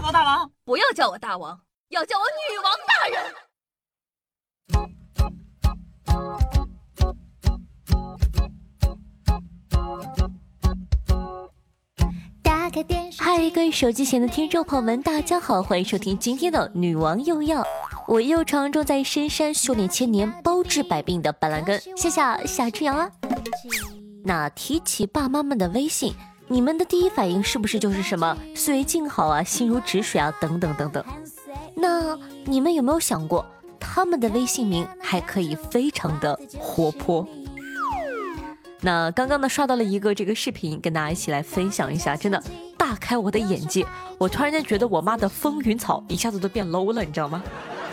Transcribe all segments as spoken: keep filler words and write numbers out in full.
我大王？ 不要叫我大王，要叫我女王大人。 嗨，各位手机前的听众朋友们，大家好，欢迎收听今天的女王又要。我又常种在深山修炼千年，包治百病的板蓝根，谢谢夏之阳啊。那提起爸妈们的微信，你们的第一反应是不是就是什么岁月静好啊、心如止水啊等等等等？那你们有没有想过，他们的微信名还可以非常的活泼？那刚刚呢刷到了一个这个视频，跟大家一起来分享一下，真的大开我的眼界。我突然间觉得我妈的风云草一下子都变 low 了，你知道吗？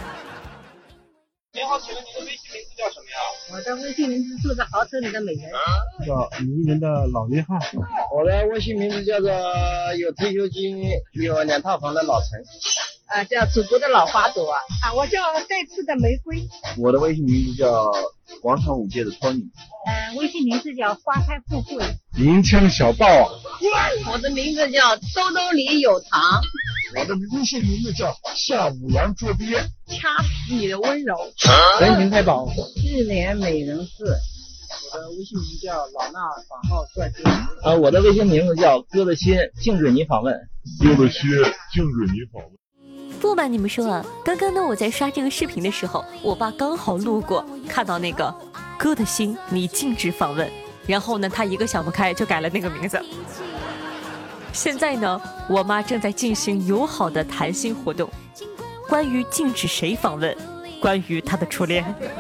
您好，请问您的微信名字叫什么呀？ 我的微信名字住在豪车里的美人， 叫迷人的老约翰。 我的微信名字叫做有退休金、有两套房的老陈。 啊，叫祖国的老花朵啊！啊，我叫带刺的玫瑰。 我的微信名字叫广场舞界的托尼。 嗯、呃，微信名字叫花开富贵。 银枪小豹。 我的名字叫兜兜里有糖。 我的微信名字叫下五洋捉鳖。 掐死你的温柔。 人形太保。 日莲美人寺。 我的微信名叫老衲法号帅哥。 呃，我的微信名字叫哥的心，敬准你访问。 哥的心，敬准你访问。 不瞒你们说啊，刚刚呢我在刷这个视频的时候，我爸刚好路过，看到那个哥的心你禁止访问，然后呢他一个想不开就改了那个名字。现在呢我妈正在进行友好的谈心活动，关于禁止谁访问，关于她的初恋。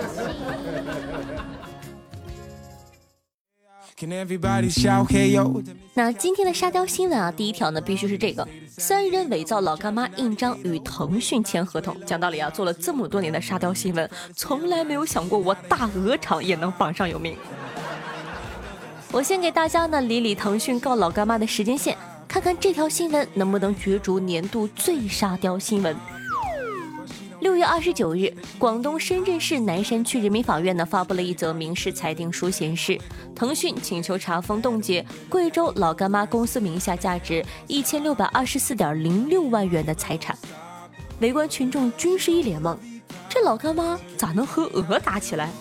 那今天的沙雕新闻啊，第一条呢必须是这个：三人伪造老干妈印章与腾讯签合同。讲道理啊，做了这么多年的沙雕新闻，从来没有想过我大鹅厂也能榜上有名。我先给大家呢理理腾讯告老干妈的时间线，看看这条新闻能不能角逐年度最沙雕新闻。六月二十九日，广东深圳市南山区人民法院呢发布了一则民事裁定书，显示腾讯请求查封冻结贵州老干妈公司名下价值一千六百二十四点零六万元的财产。围观群众均是一脸懵，这老干妈咋能和鹅打起来？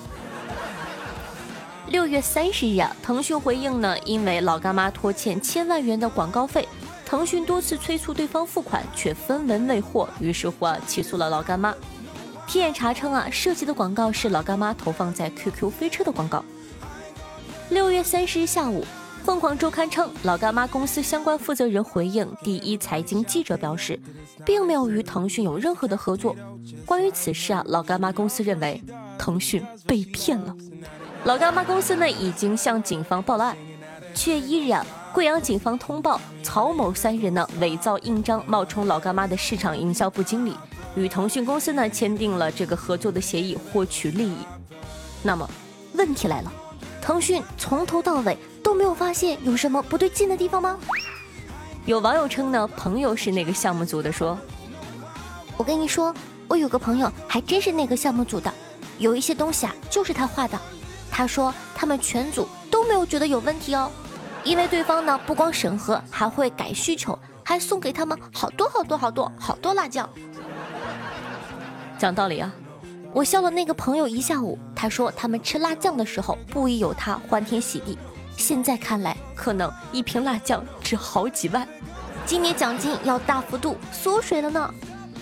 六月三十日啊，腾讯回应呢，因为老干妈拖欠千万元的广告费。腾讯多次催促对方付款，却分文未获，于是乎啊起诉了老干妈。天眼查称啊，涉及的广告是老干妈投放在 Q Q 飞车的广告。六月三十日下午，凤凰周刊称，老干妈公司相关负责人回应第一财经记者表示，并没有与腾讯有任何的合作。关于此事啊，老干妈公司认为腾讯被骗了。老干妈公司呢已经向警方报了案。七月一日啊。贵阳警方通报，曹某三人呢伪造印章，冒充老干妈的市场营销部经理，与腾讯公司呢签订了这个合作的协议，获取利益。那么问题来了，腾讯从头到尾都没有发现有什么不对劲的地方吗？有网友称呢，朋友是那个项目组的，说：“我跟你说，我有个朋友还真是那个项目组的，有一些东西啊就是他画的。他说他们全组都没有觉得有问题哦。”因为对方呢不光审核，还会改需求，还送给他们好多好多好多好多辣酱。讲道理啊，我笑了那个朋友一下午，他说他们吃辣酱的时候不疑有他，欢天喜地。现在看来，可能一瓶辣酱值好几万，今年奖金要大幅度缩水了呢。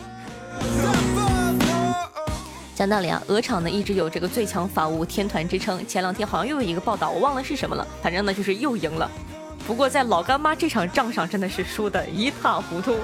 讲道理啊，鹅厂呢一直有这个最强法务天团之称。前两天好像又有一个报道，我忘了是什么了，反正呢就是又赢了。不过在老干妈这场仗上，真的是输得一塌糊涂。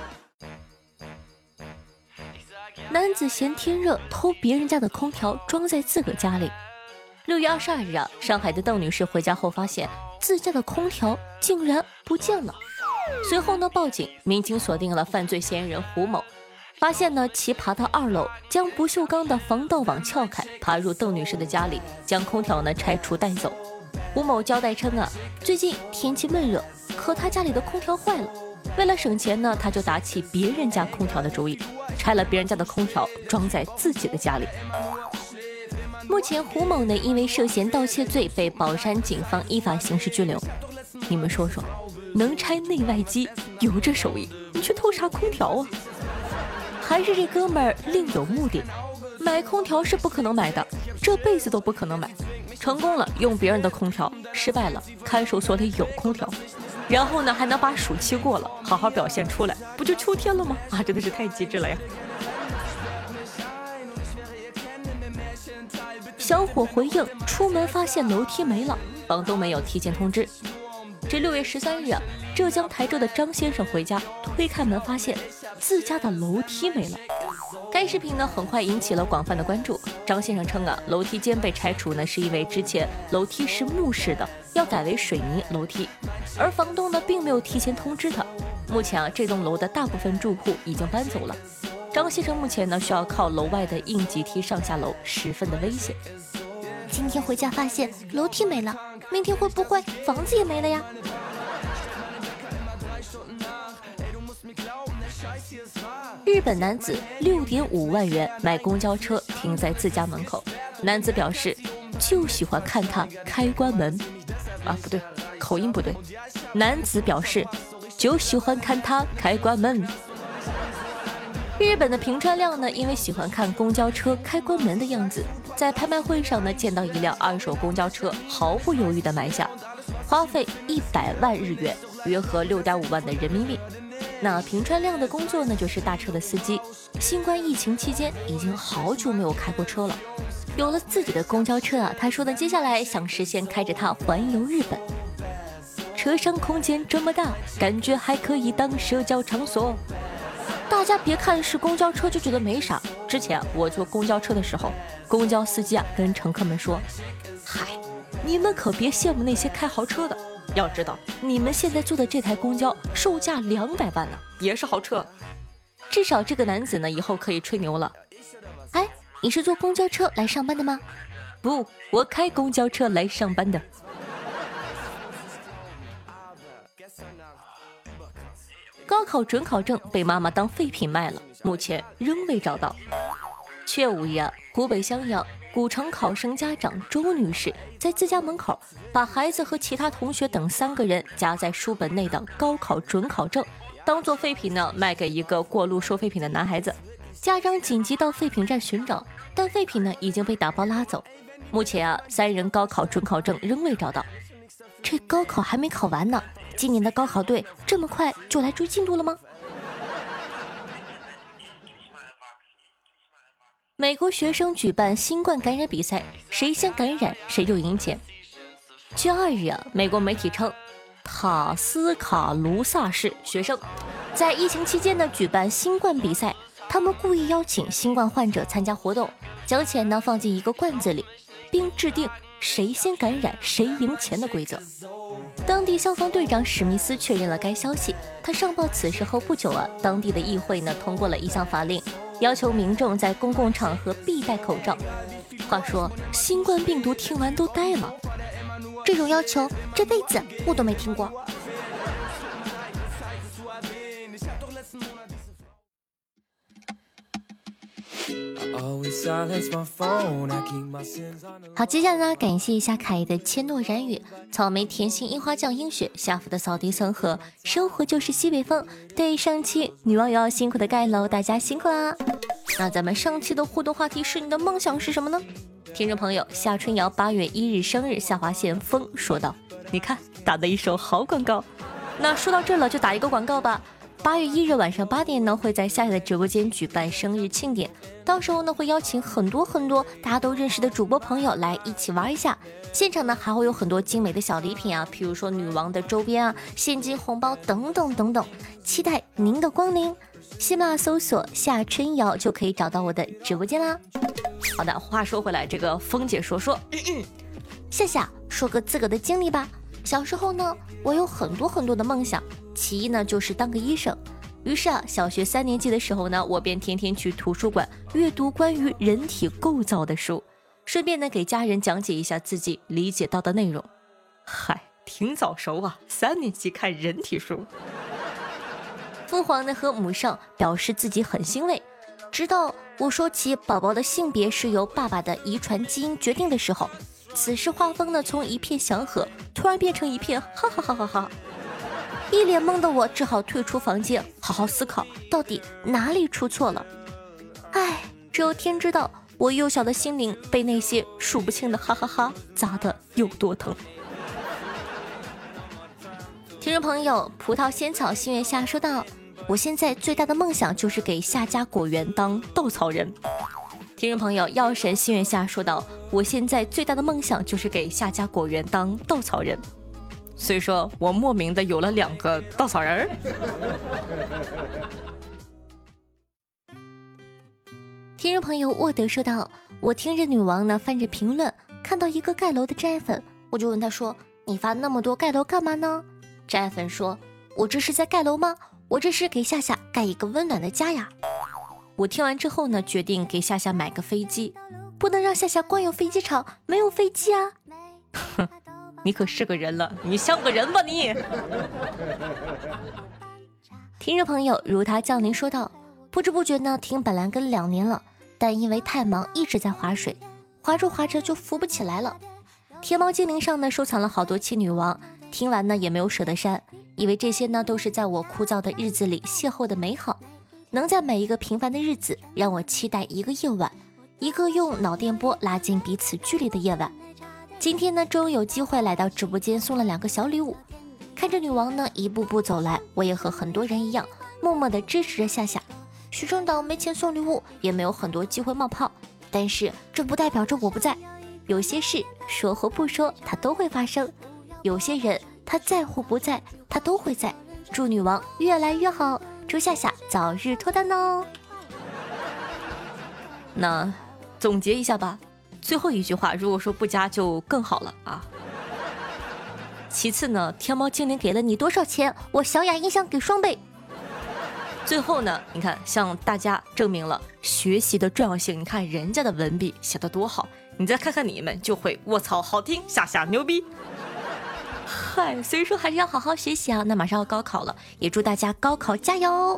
男子嫌天热，偷别人家的空调装在自个家里。六月二十二日啊，上海的邓女士回家后发现自家的空调竟然不见了，随后呢报警，民警锁定了犯罪嫌疑人胡某。发现呢，其爬到二楼，将不锈钢的防盗网撬开，爬入邓女士的家里，将空调呢拆除带走。胡某交代称啊，最近天气闷热，可他家里的空调坏了，为了省钱呢，他就打起别人家空调的主意，拆了别人家的空调，装在自己的家里。目前胡某呢，因为涉嫌盗窃罪被宝山警方依法刑事拘留。你们说说， 能拆内外机，有这手艺，你去偷啥空调啊？还是这哥们儿另有目的，买空调是不可能买的，这辈子都不可能买。成功了用别人的空调，失败了看守所里有空调，然后呢还能把暑期过了，好好表现出来，不就秋天了吗？啊，真的是太机智了呀！小伙回应：出门发现楼梯没了，房东没有提前通知。这六月十三日啊，浙江台州的张先生回家推开门，发现自家的楼梯没了。该视频呢很快引起了广泛的关注。张先生称啊，楼梯间被拆除呢是因为之前楼梯是木式的，要改为水泥楼梯，而房东呢并没有提前通知他。目前啊，这栋楼的大部分住户已经搬走了。张先生目前呢需要靠楼外的应急梯上下楼，十分的危险。今天回家发现楼梯没了，明天会不会房子也没了呀？日本男子六点五万元买公交车停在自家门口，男子表示就喜欢看他开关门。啊，不对，口音不对。男子表示就喜欢看他开关门。日本的平川亮呢，因为喜欢看公交车开关门的样子，在拍卖会上呢见到一辆二手公交车，毫不犹豫地买下，花费一百万日元，约合六点五万的人民币。那平川亮的工作呢就是大车的司机，新冠疫情期间已经好久没有开过车了，有了自己的公交车啊，他说呢接下来想实现开着它环游日本。车上空间这么大，感觉还可以当社交场所。大家别看是公交车就觉得没啥，之前我坐公交车的时候，公交司机啊跟乘客们说，嗨，你们可别羡慕那些开豪车的，要知道你们现在坐的这台公交售价两百万呢，也是豪车。至少这个男子呢以后可以吹牛了。哎，你是坐公交车来上班的吗？不，我开公交车来上班的。高考准考证被妈妈当废品卖了，目前仍未找到。却五日啊，湖北襄阳古城考生家长周女士在自家门口把孩子和其他同学等三个人夹在书本内的高考准考证当做废品呢卖给一个过路收废品的男孩子。家长紧急到废品站寻找，但废品呢已经被打包拉走。目前啊，三人高考准考证仍未找到。这高考还没考完呢，今年的高考队这么快就来追进度了吗？美国学生举办新冠感染比赛，谁先感染谁就赢钱。七月二日啊，美国媒体称，塔斯卡卢萨市学生在疫情期间呢举办新冠比赛，他们故意邀请新冠患者参加活动，将钱呢放进一个罐子里，并制定谁先感染谁赢钱的规则。当地消防队长史密斯确认了该消息，他上报此事后不久啊，当地的议会呢通过了一项法令，要求民众在公共场合必戴口罩。话说新冠病毒听完都呆了，这种要求这辈子我都没听过。好，接下来呢，感谢一下凯的千诺然语、草莓甜心樱花酱樱雪、夏福的扫地僧和生活就是西北风。对上期女网友辛苦的盖楼，大家辛苦啦！那咱们上期的互动话题是你的梦想是什么呢？听众朋友夏春瑶八月一日生日，下划线风说道：“你看打的一手好广告。”那说到这了，就打一个广告吧。八月一日晚上八点呢，会在夏夏的直播间举办生日庆典，到时候呢会邀请很多很多大家都认识的主播朋友来一起玩一下。现场呢还会有很多精美的小礼品啊，譬如说女王的周边啊、现金红包等等等等，期待您的光临。喜马搜索夏春瑶就可以找到我的直播间啦。好的，话说回来，这个峰姐说说，嗯嗯，夏夏说个自个的经历吧。小时候呢，我有很多很多的梦想，其一呢就是当个医生。于是啊，小学三年级的时候呢，我便天天去图书馆阅读关于人体构造的书，顺便呢给家人讲解一下自己理解到的内容。嗨，挺早熟啊，三年级看人体书。父皇呢和母上表示自己很欣慰，直到我说起宝宝的性别是由爸爸的遗传基因决定的时候，此时画风呢从一片祥和突然变成一片哈哈哈哈哈。 一脸懵的我只好退出房间，好好思考到底哪里出错了。唉，只有天知道我幼小的心灵被那些数不清的哈哈哈砸得有多疼。听众朋友葡萄仙草心月下说道，我现在最大的梦想就是给夏家果园当稻草人。听众朋友药神心月下说道，我现在最大的梦想就是给夏家果园当稻草人。所以说我莫名的有了两个稻草人。听众朋友沃德说道，我听着女王呢翻着评论，看到一个盖楼的摘粉，我就问他说，你发那么多盖楼干嘛呢？摘粉说，我这是在盖楼吗？我这是给夏夏盖一个温暖的家呀。我听完之后呢，决定给夏夏买个飞机，不能让夏夏光有飞机场没有飞机啊。哼，你可是个人了，你像个人吧你。听众朋友如他降临说道，不知不觉呢听板蓝根两年了，但因为太忙一直在划水，划着划着就浮不起来了。天猫精灵上呢收藏了好多期女王，听完呢也没有舍得删，以为这些呢都是在我枯燥的日子里邂逅的美好，能在每一个平凡的日子让我期待一个夜晚，一个用脑电波拉近彼此距离的夜晚。今天呢终于有机会来到直播间送了两个小礼物，看着女王呢一步步走来，我也和很多人一样默默地支持着夏夏。许正岛没钱送礼物，也没有很多机会冒泡，但是这不代表着我不在，有些事说或不说它都会发生，有些人他在或不在他都会在。祝女王越来越好，祝夏夏早日脱单哦。那总结一下吧，最后一句话如果说不加就更好了啊。其次呢，天猫精灵给了你多少钱，我小雅音响给双倍。最后呢，你看向大家证明了学习的重要性，你看人家的文笔写得多好，你再看看你们就会卧槽好听，夏夏牛逼。嗨，所以说还是要好好学习啊。那马上要高考了，也祝大家高考加油。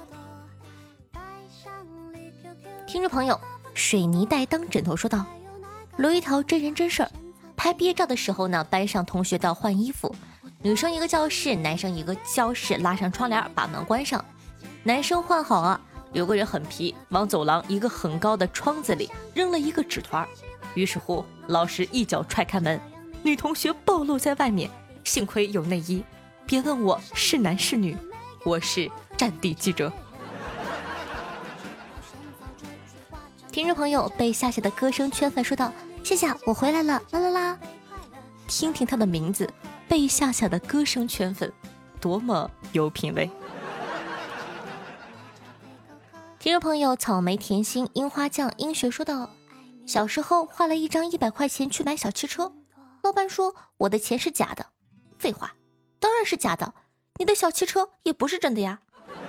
听众朋友水泥袋当枕头说道，留一条真人真事儿。拍毕业照的时候呢，班上同学到换衣服，女生一个教室，男生一个教室，拉上窗帘把门关上。男生换好啊，有个人很皮，往走廊一个很高的窗子里扔了一个纸团，于是乎老师一脚踹开门，女同学暴露在外面，幸亏有内衣，别问我是男是女，我是战地记者。听众朋友被夏夏的歌声圈粉说道，夏夏我回来了啦啦啦。听听他的名字，被夏夏的歌声圈粉，多么有品味。听众朋友草莓甜心樱花酱英学说道，小时候花了一张一百块钱去买小汽车，老板说我的钱是假的。废话，当然是假的，你的小汽车也不是真的呀。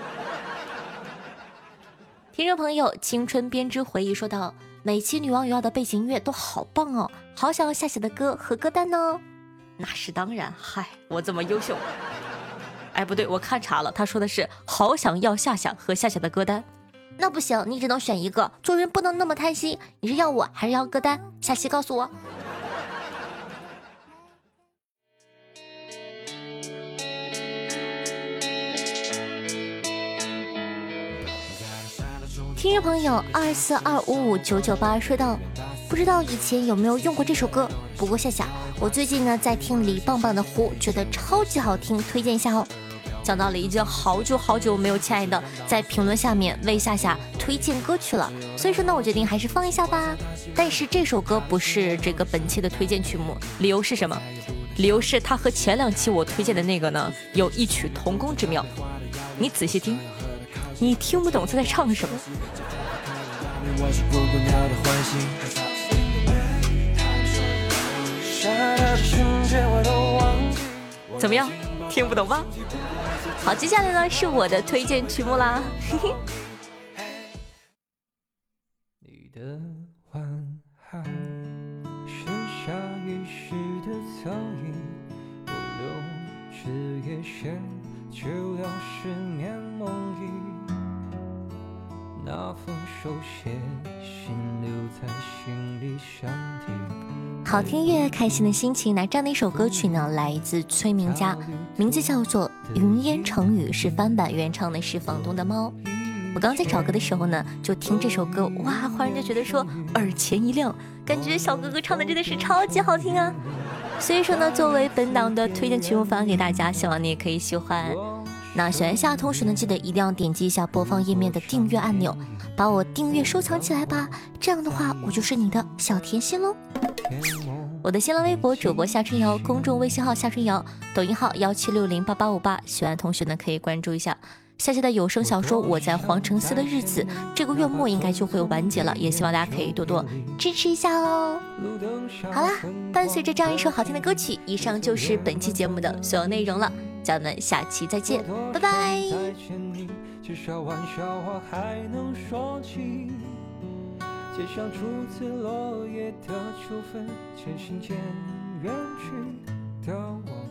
听众朋友青春编织回忆说道，每期女王有要的背景音乐都好棒哦，好想要夏夏的歌和歌单哦。那是当然，嗨，我这么优秀。哎，不对，我看查了，他说的是好想要夏夏和夏夏的歌单。那不行，你只能选一个，做人不能那么贪心，你是要我还是要歌单？下期告诉我。听众朋友二四二五五九九八说道，不知道以前有没有用过这首歌，不过夏夏，我最近呢在听李棒棒的湖，觉得超级好听，推荐一下哦。讲到了已经好久好久没有亲爱的在评论下面为夏夏推荐歌曲了，所以说呢我决定还是放一下吧。但是这首歌不是这个本期的推荐曲目，理由是什么？理由是它和前两期我推荐的那个呢有异曲同工之妙。你仔细听，你听不懂他在唱什么。怎么样，听不懂吧？好，接下来呢是我的推荐曲目啦。嘿嘿。 你的晚安剩下遗失的苍蝇，不留枝叶线，就要十年梦呓。 那封手写信留在行李箱底。 好听乐，开心的心情。那这样的一首歌曲呢，来自崔明佳，名字叫做《云烟成雨》，是翻版，原唱的是房东的猫。我刚在找歌的时候呢，就听这首歌，哇，忽然就觉得说耳前一亮，感觉小哥哥唱的真的是超级好听啊！所以说呢，作为本档的推荐曲目发给大家，希望你也可以喜欢。那喜欢下同学呢，记得一定要点击一下播放页面的订阅按钮，把我订阅收藏起来吧。这样的话，我就是你的小甜心喽。我的新浪微博主播夏春瑶，公众微信号夏春瑶，抖音号幺七六零八八五八，喜欢同学呢可以关注一下。下期的有声小说《我在黄城寺的日子》，这个月末应该就会完结了，也希望大家可以多多支持一下哦。好啦，伴随着这样一首好听的歌曲，以上就是本期节目的所有内容了，咱们下期再见，拜拜。 至少玩笑话还能说起，街上初次落叶的秋分，渐行渐远去的我。